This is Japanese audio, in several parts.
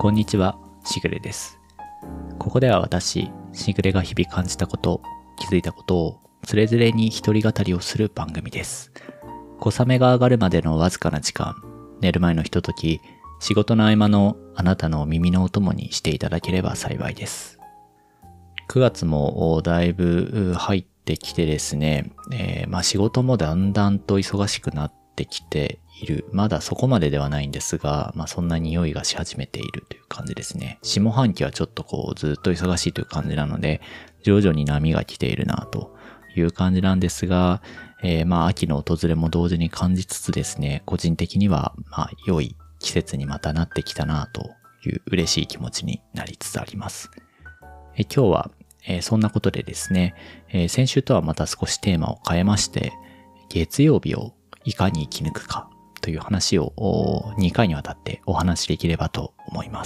こんにちは、しぐれです。ここでは私、しぐれが日々感じたこと、気づいたことをつれづれに一人語りをする番組です。小雨が上がるまでのわずかな時間、寝る前のひととき、仕事の合間のあなたの耳のお供にしていただければ幸いです。9月もだいぶ入ってきてですね、仕事もだんだんと忙しくなってきている。まだそこまでではないんですが、そんな匂いがし始めているという感じですね。下半期はちょっとずっと忙しいという感じなので、徐々に波が来ているなという感じなんですが、秋の訪れも同時に感じつつですね、個人的には良い季節にまたなってきたなという嬉しい気持ちになりつつあります。今日はそんなことでですね、先週とはまた少しテーマを変えまして、月曜日をいかに生き抜くかという話を2回にわたってお話しできればと思います。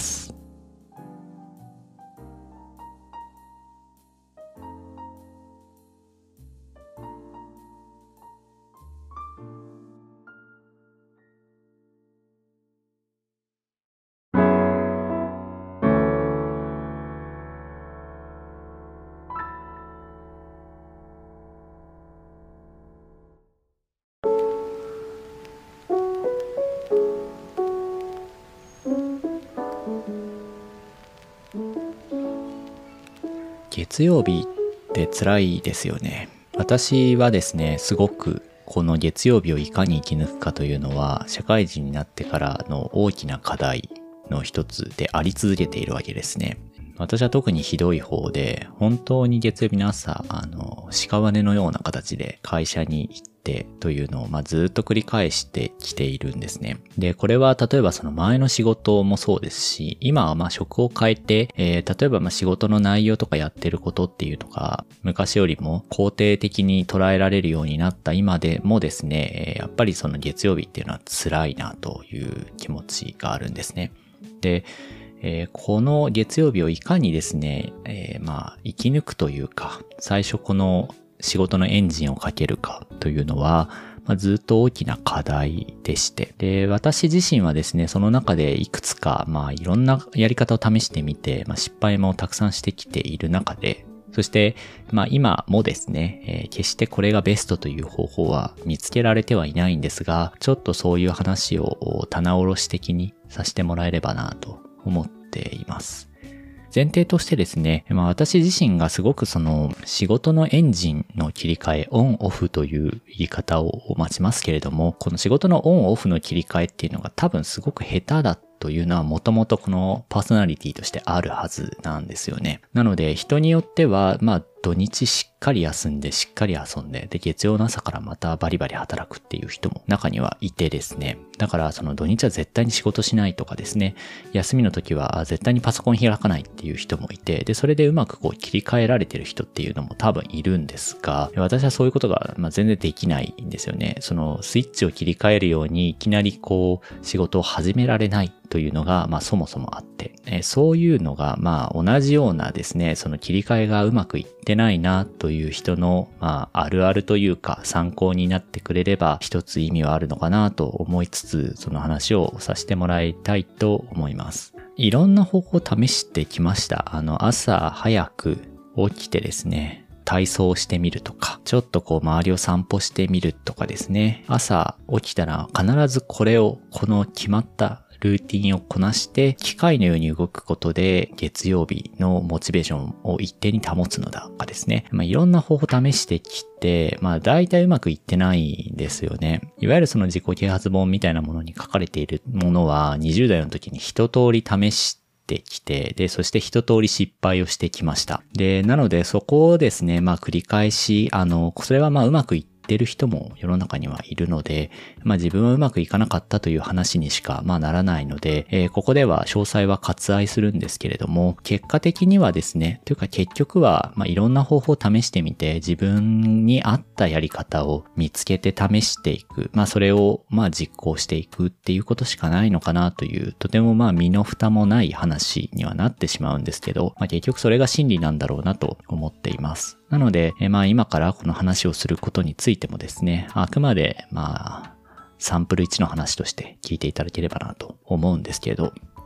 月曜日って辛いですよね。私はですね、すごくこの月曜日をいかに生き抜くかというのは、社会人になってからの大きな課題の一つであり続けているわけですね。私は特にひどい方で、本当に月曜日の朝、屍のような形で会社に行ってというのをずっと繰り返してきているんですね。で、これは例えばその前の仕事もそうですし、今は職を変えて、例えば仕事の内容とかやってることっていうのが、昔よりも肯定的に捉えられるようになった今でもですね、やっぱりその月曜日っていうのは辛いなという気持ちがあるんですね。で、この月曜日をいかにですね、生き抜くというか、最初この仕事のエンジンをかけるかというのは、ずっと大きな課題でして。で、私自身はですね、その中でいくつか、いろんなやり方を試してみて、失敗もたくさんしてきている中で、そして、今もですね、決してこれがベストという方法は見つけられてはいないんですが、ちょっとそういう話を棚卸し的にさせてもらえればなと思っています。前提としてですね、私自身がすごくその仕事のエンジンの切り替え、オンオフという言い方を待ちますけれども、この仕事のオンオフの切り替えっていうのが多分すごく下手だというのはもともとこのパーソナリティとしてあるはずなんですよね。なので人によっては、土日しっかり休んでしっかり遊んで、で月曜の朝からまたバリバリ働くっていう人も中にはいてですね。だからその土日は絶対に仕事しないとかですね、休みの時は絶対にパソコン開かないっていう人もいて、でそれでうまく切り替えられてる人っていうのも多分いるんですが、私はそういうことが全然できないんですよね。そのスイッチを切り替えるようにいきなり仕事を始められないというのがそもそもあって、そういうのが同じようなですね、その切り替えがうまくいってないなという人のあるあるというか参考になってくれれば一つ意味はあるのかなと思いつつ、その話をさせてもらいたいと思います。いろんな方法を試してきました。朝早く起きてですね、体操をしてみるとか、ちょっと周りを散歩してみるとかですね、朝起きたら必ずこの決まったルーティンをこなして機械のように動くことで月曜日のモチベーションを一定に保つのだかですね。いろんな方法を試してきて、大体うまくいってないんですよね。いわゆるその自己啓発本みたいなものに書かれているものは20代の時に一通り試してきて、で、そして一通り失敗をしてきました。で、なのでそこをですね、繰り返し、それはうまくいってる人も世の中にはいるので、自分はうまくいかなかったという話にしかならないので、ここでは詳細は割愛するんですけれども、結果的にはですね、というか結局はいろんな方法を試してみて自分に合ったやり方を見つけて試していく、それを実行していくっていうことしかないのかなという、とても身の蓋もない話にはなってしまうんですけど、結局それが真理なんだろうなと思っています。なので、今からこの話をすることについてもですね、あくまでサンプル1の話として聞いていただければなと思うんですけれど、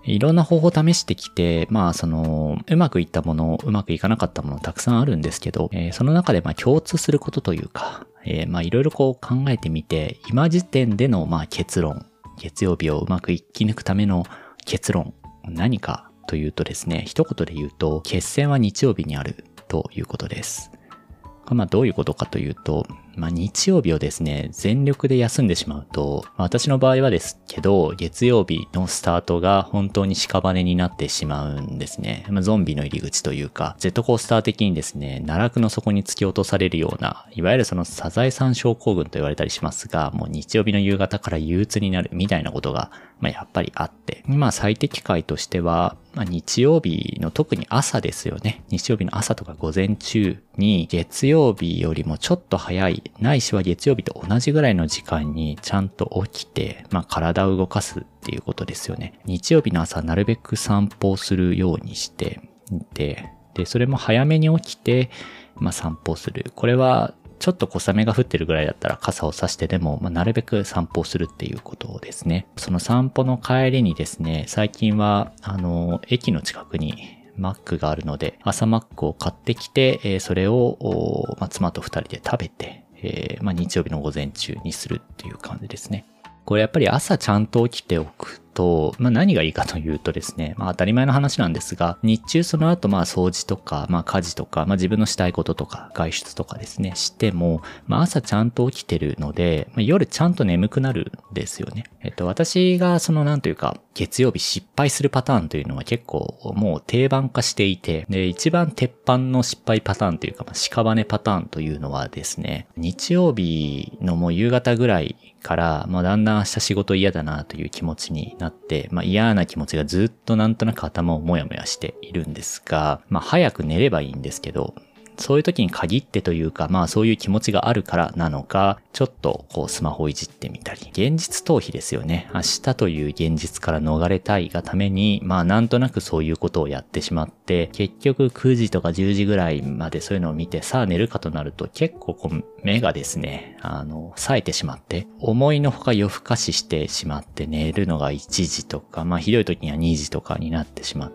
いろんな方法を試してきて、うまくいったもの、うまくいかなかったものたくさんあるんですけど、その中で共通することというか、いろいろ考えてみて、今時点での結論、月曜日をうまく生き抜くための結論、何かというとですね、一言で言うと、決戦は日曜日にあるということです。どういうことかというと、日曜日をですね、全力で休んでしまうと、私の場合はですけど、月曜日のスタートが本当に屍になってしまうんですね。ゾンビの入り口というか、ジェットコースター的にですね、奈落の底に突き落とされるような、いわゆるそのサザエさん症候群と言われたりしますが、もう日曜日の夕方から憂鬱になるみたいなことが、やっぱりあって、最適解としては、日曜日の特に朝ですよね。日曜日の朝とか午前中に月曜日よりもちょっと早い、ないしは月曜日と同じぐらいの時間にちゃんと起きて、体を動かすっていうことですよね。日曜日の朝なるべく散歩をするようにしてで、それも早めに起きて、散歩する。これはちょっと小雨が降ってるぐらいだったら傘を差してでも、なるべく散歩をするっていうことですね。その散歩の帰りにですね、最近は、駅の近くにマックがあるので、朝マックを買ってきて、それを、妻と二人で食べて、日曜日の午前中にするっていう感じですね。これやっぱり朝ちゃんと起きておくと、何がいいかというとですね、当たり前の話なんですが、日中その後掃除とか、家事とか、自分のしたいこととか、外出とかですね、しても、朝ちゃんと起きてるので、夜ちゃんと眠くなるんですよね。私が月曜日失敗するパターンというのは結構もう定番化していて、で、一番鉄板の失敗パターンというか、屍パターンというのはですね、日曜日のもう夕方ぐらいから、だんだん明日仕事嫌だなという気持ちになって、嫌な気持ちがずっとなんとなく頭をもやもやしているんですが、早く寝ればいいんですけど、そういう時に限ってというか、そういう気持ちがあるからなのか、ちょっとスマホをいじってみたり、現実逃避ですよね。明日という現実から逃れたいがために、なんとなくそういうことをやってしまって、結局9時とか10時ぐらいまでそういうのを見て、さあ寝るかとなると結構目がですね、冴えてしまって、思いのほか夜更かししてしまって寝るのが1時とか、ひどい時には2時とかになってしまって、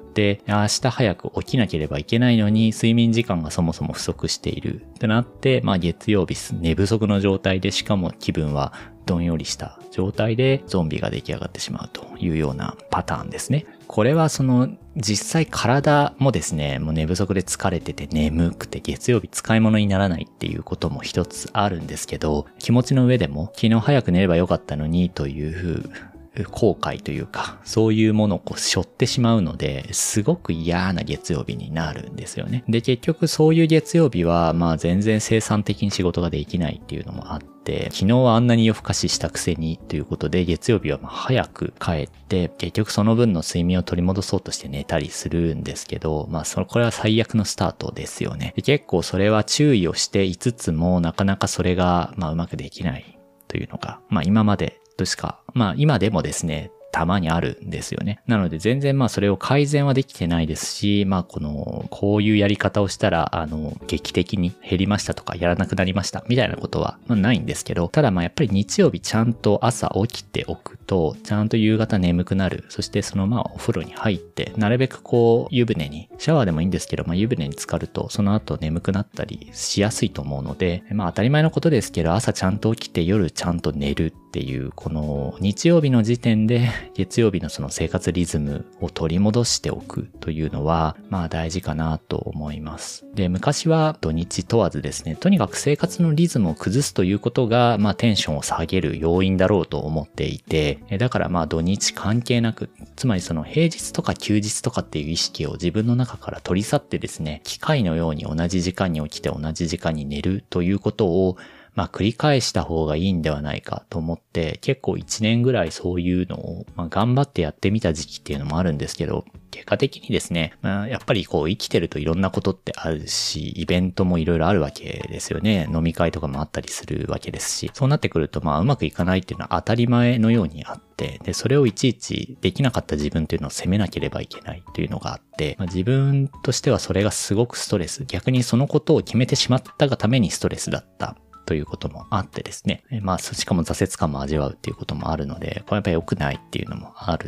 明日早く起きなければいけないのに、睡眠時間がそもそも不足しているってなって、月曜日寝不足の状態で、しかも気分はどんよりした状態でゾンビが出来上がってしまうというようなパターンですね。これは実際体もですね、もう寝不足で疲れてて眠くて月曜日使い物にならないっていうことも一つあるんですけど、気持ちの上でも昨日早く寝ればよかったのにという後悔というか、そういうものを背負ってしまうので、すごく嫌な月曜日になるんですよね。で、結局そういう月曜日は、全然生産的に仕事ができないっていうのもあって、昨日はあんなに夜更かししたくせにということで、月曜日は早く帰って、結局その分の睡眠を取り戻そうとして寝たりするんですけど、これは最悪のスタートですよね。で、結構それは注意をしていつつも、なかなかそれが、うまくできないというのが、今までとしか、今でもですね、たまにあるんですよね。なので全然それを改善はできてないですし、こういうやり方をしたら、劇的に減りましたとか、やらなくなりましたみたいなことは、ないんですけど、ただやっぱり日曜日ちゃんと朝起きておくと、ちゃんと夕方眠くなる。そしてお風呂に入って、なるべく湯船に、シャワーでもいいんですけど、湯船に浸かると、その後眠くなったりしやすいと思うので、当たり前のことですけど、朝ちゃんと起きて夜ちゃんと寝るっていう、この日曜日の時点で月曜日のその生活リズムを取り戻しておくというのは大事かなと思います。で、昔は土日問わずですね、とにかく生活のリズムを崩すということがテンションを下げる要因だろうと思っていて、だから土日関係なく、つまりその平日とか休日とかっていう意識を自分の中から取り去ってですね、機械のように同じ時間に起きて同じ時間に寝るということを繰り返した方がいいんではないかと思って、結構1年ぐらいそういうのを頑張ってやってみた時期っていうのもあるんですけど、結果的にですね、やっぱり生きてるといろんなことってあるし、イベントもいろいろあるわけですよね。飲み会とかもあったりするわけですし、そうなってくるとうまくいかないっていうのは当たり前のようにあって、で、それをいちいちできなかった自分っていうのを責めなければいけないというのがあって、自分としてはそれがすごくストレス。逆にそのことを決めてしまったがためにストレスだったということもあってですね。しかも挫折感も味わうっていうこともあるので、これやっぱり良くないっていうのもある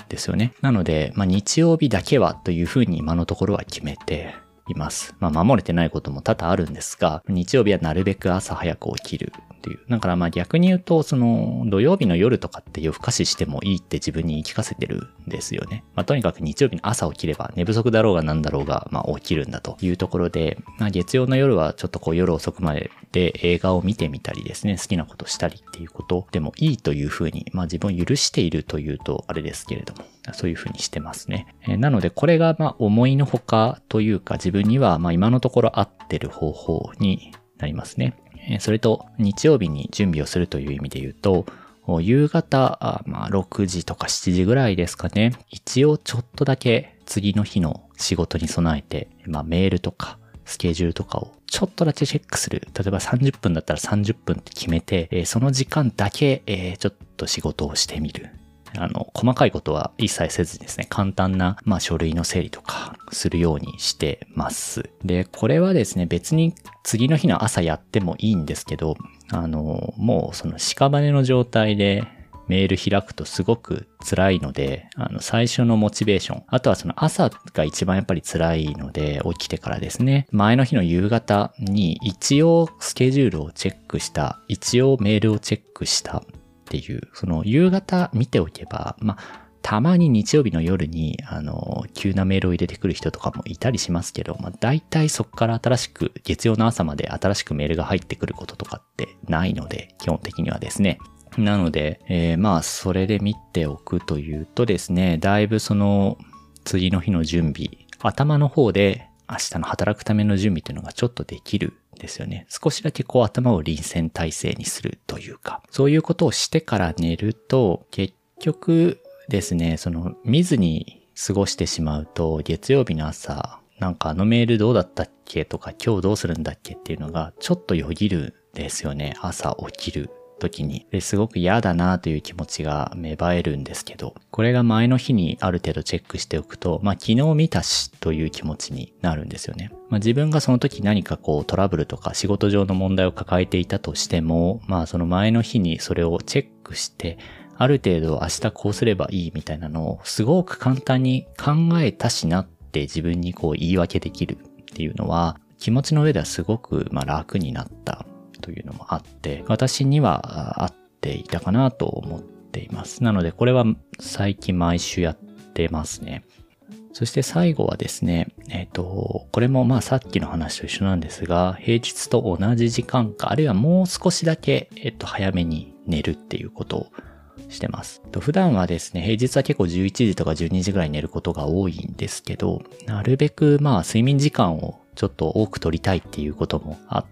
ですよね。なので、日曜日だけはというふうに今のところは決めています。守れてないことも多々あるんですが、日曜日はなるべく朝早く起きるっていう。だから逆に言うと、その土曜日の夜とかって夜更かししてもいいって自分に言い聞かせてるんですよね。とにかく日曜日の朝起きれば寝不足だろうがなんだろうが、起きるんだというところで、月曜の夜はちょっと夜遅くまで映画を見てみたりですね、好きなことしたりっていうことでもいいというふうに、自分を許しているというとあれですけれども、そういうふうにしてますね。なのでこれが思いのほかというか自分には今のところ合ってる方法になりますね。それと日曜日に準備をするという意味で言うと、夕方6時とか7時ぐらいですかね。一応ちょっとだけ次の日の仕事に備えて、メールとかスケジュールとかをちょっとだけチェックする。例えば30分だったら30分って決めて、その時間だけ、ちょっと仕事をしてみる。細かいことは一切せずですね、簡単な、書類の整理とかするようにしてます。で、これはですね、別に次の日の朝やってもいいんですけど、もうその屍の状態でメール開くとすごく辛いので、最初のモチベーション。あとはその朝が一番やっぱり辛いので、起きてからですね、前の日の夕方に一応スケジュールをチェックした、一応メールをチェックしたっていう、その夕方見ておけば、たまに日曜日の夜に、急なメールを入れてくる人とかもいたりしますけど、大体そこから新しく、月曜の朝まで新しくメールが入ってくることとかってないので、基本的にはですね。なので、それで見ておくというとですね、だいぶその、次の日の準備、頭の方で明日の働くための準備っていうのがちょっとできるですよね。少しだけ頭を臨戦態勢にするというか、そういうことをしてから寝ると、結局ですね、その見ずに過ごしてしまうと、月曜日の朝、なんかメールどうだったっけとか、今日どうするんだっけっていうのがちょっとよぎるんですよね。朝起きる時に。ですごく嫌だなという気持ちが芽生えるんですけど、これが前の日にある程度チェックしておくと、昨日見たしという気持ちになるんですよね。自分がその時何かトラブルとか仕事上の問題を抱えていたとしても、その前の日にそれをチェックして、ある程度明日こうすればいいみたいなのをすごく簡単に考えたしなって自分に言い訳できるっていうのは、気持ちの上ではすごく楽になったというのもあって、私には合っていたかなと思っています。なのでこれは最近毎週やってますね。そして最後はですね、これもさっきの話と一緒なんですが、平日と同じ時間か、あるいはもう少しだけ、早めに寝るっていうことをしてます。普段はですね、平日は結構11時とか12時ぐらい寝ることが多いんですけど、なるべく睡眠時間をちょっと多く取りたいっていうこともあって、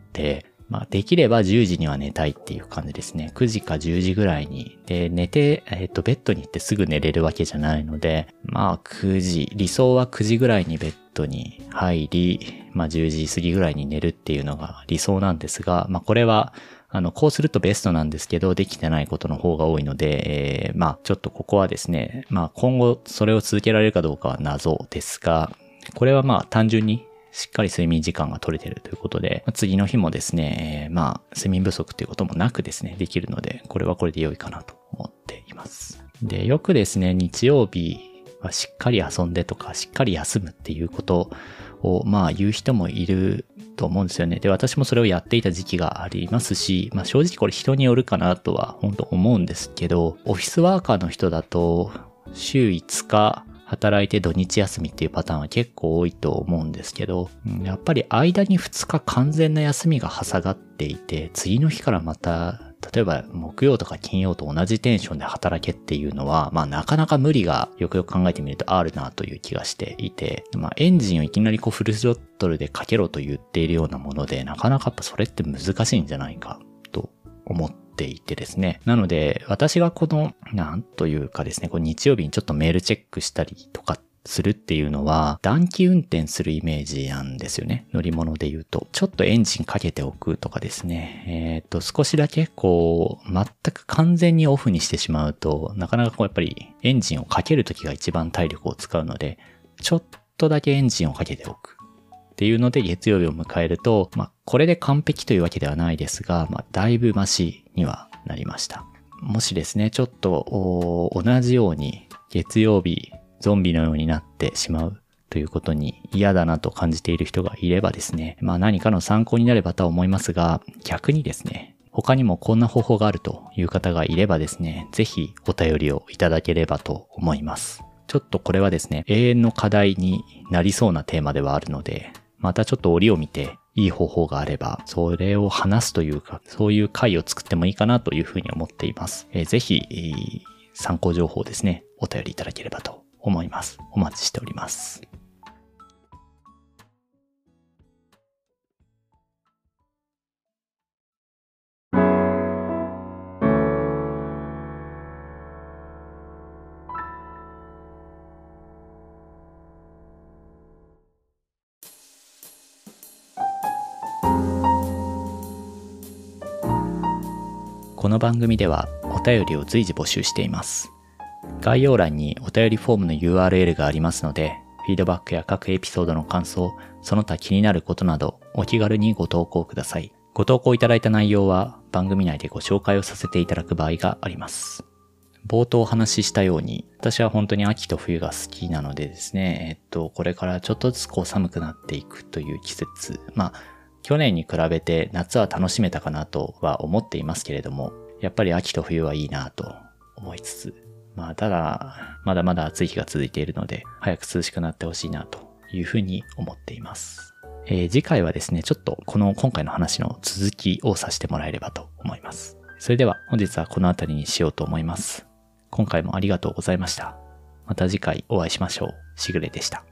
できれば10時には寝たいっていう感じですね。9時か10時ぐらいに。で、寝て、ベッドに行ってすぐ寝れるわけじゃないので、9時、理想は9時ぐらいにベッドに入り、10時過ぎぐらいに寝るっていうのが理想なんですが、これは、こうするとベストなんですけど、できてないことの方が多いので、ちょっとここはですね、今後それを続けられるかどうかは謎ですが、これは単純にしっかり睡眠時間が取れているということで、次の日もですね、睡眠不足ということもなくですね、できるので、これはこれで良いかなと思っています。で、よくですね、日曜日はしっかり遊んでとか、しっかり休むっていうことを、言う人もいると思うんですよね。で、私もそれをやっていた時期がありますし、正直これ人によるかなとは本当思うんですけど、オフィスワーカーの人だと、週5日、働いて土日休みっていうパターンは結構多いと思うんですけど、やっぱり間に2日完全な休みが挟がっていて、次の日からまた、例えば木曜とか金曜と同じテンションで働けっていうのは、なかなか無理がよくよく考えてみるとあるなという気がしていて、エンジンをいきなりフルスロットルでかけろと言っているようなもので、なかなかやっぱそれって難しいんじゃないかと思っていてですね。なので、私がなんというかですね、日曜日にちょっとメールチェックしたりとかするっていうのは、暖気運転するイメージなんですよね。乗り物で言うと。ちょっとエンジンかけておくとかですね。少しだけ全く完全にオフにしてしまうと、なかなかやっぱりエンジンをかけるときが一番体力を使うので、ちょっとだけエンジンをかけておく。っていうので月曜日を迎えると、これで完璧というわけではないですが、だいぶマシにはなりました。もしですね、ちょっと同じように月曜日ゾンビのようになってしまうということに嫌だなと感じている人がいればですね、何かの参考になればとは思いますが、逆にですね、他にもこんな方法があるという方がいればですね、ぜひお便りをいただければと思います。ちょっとこれはですね、永遠の課題になりそうなテーマではあるので、またちょっと折を見ていい方法があれば、それを話すというか、そういう回を作ってもいいかなというふうに思っています。ぜひ、参考情報ですね、お便りいただければと思います。お待ちしております。この番組ではお便りを随時募集しています。概要欄にお便りフォームの URL がありますので、フィードバックや各エピソードの感想、その他気になることなどお気軽にご投稿ください。ご投稿いただいた内容は番組内でご紹介をさせていただく場合があります。冒頭お話ししたように、私は本当に秋と冬が好きなのでですね、これからちょっとずつ寒くなっていくという季節。去年に比べて夏は楽しめたかなとは思っていますけれども、やっぱり秋と冬はいいなと思いつつ、ただ、まだまだ暑い日が続いているので、早く涼しくなってほしいなというふうに思っています。次回はですね、ちょっと今回の話の続きをさせてもらえればと思います。それでは本日はこの辺りにしようと思います。今回もありがとうございました。また次回お会いしましょう。しぐれでした。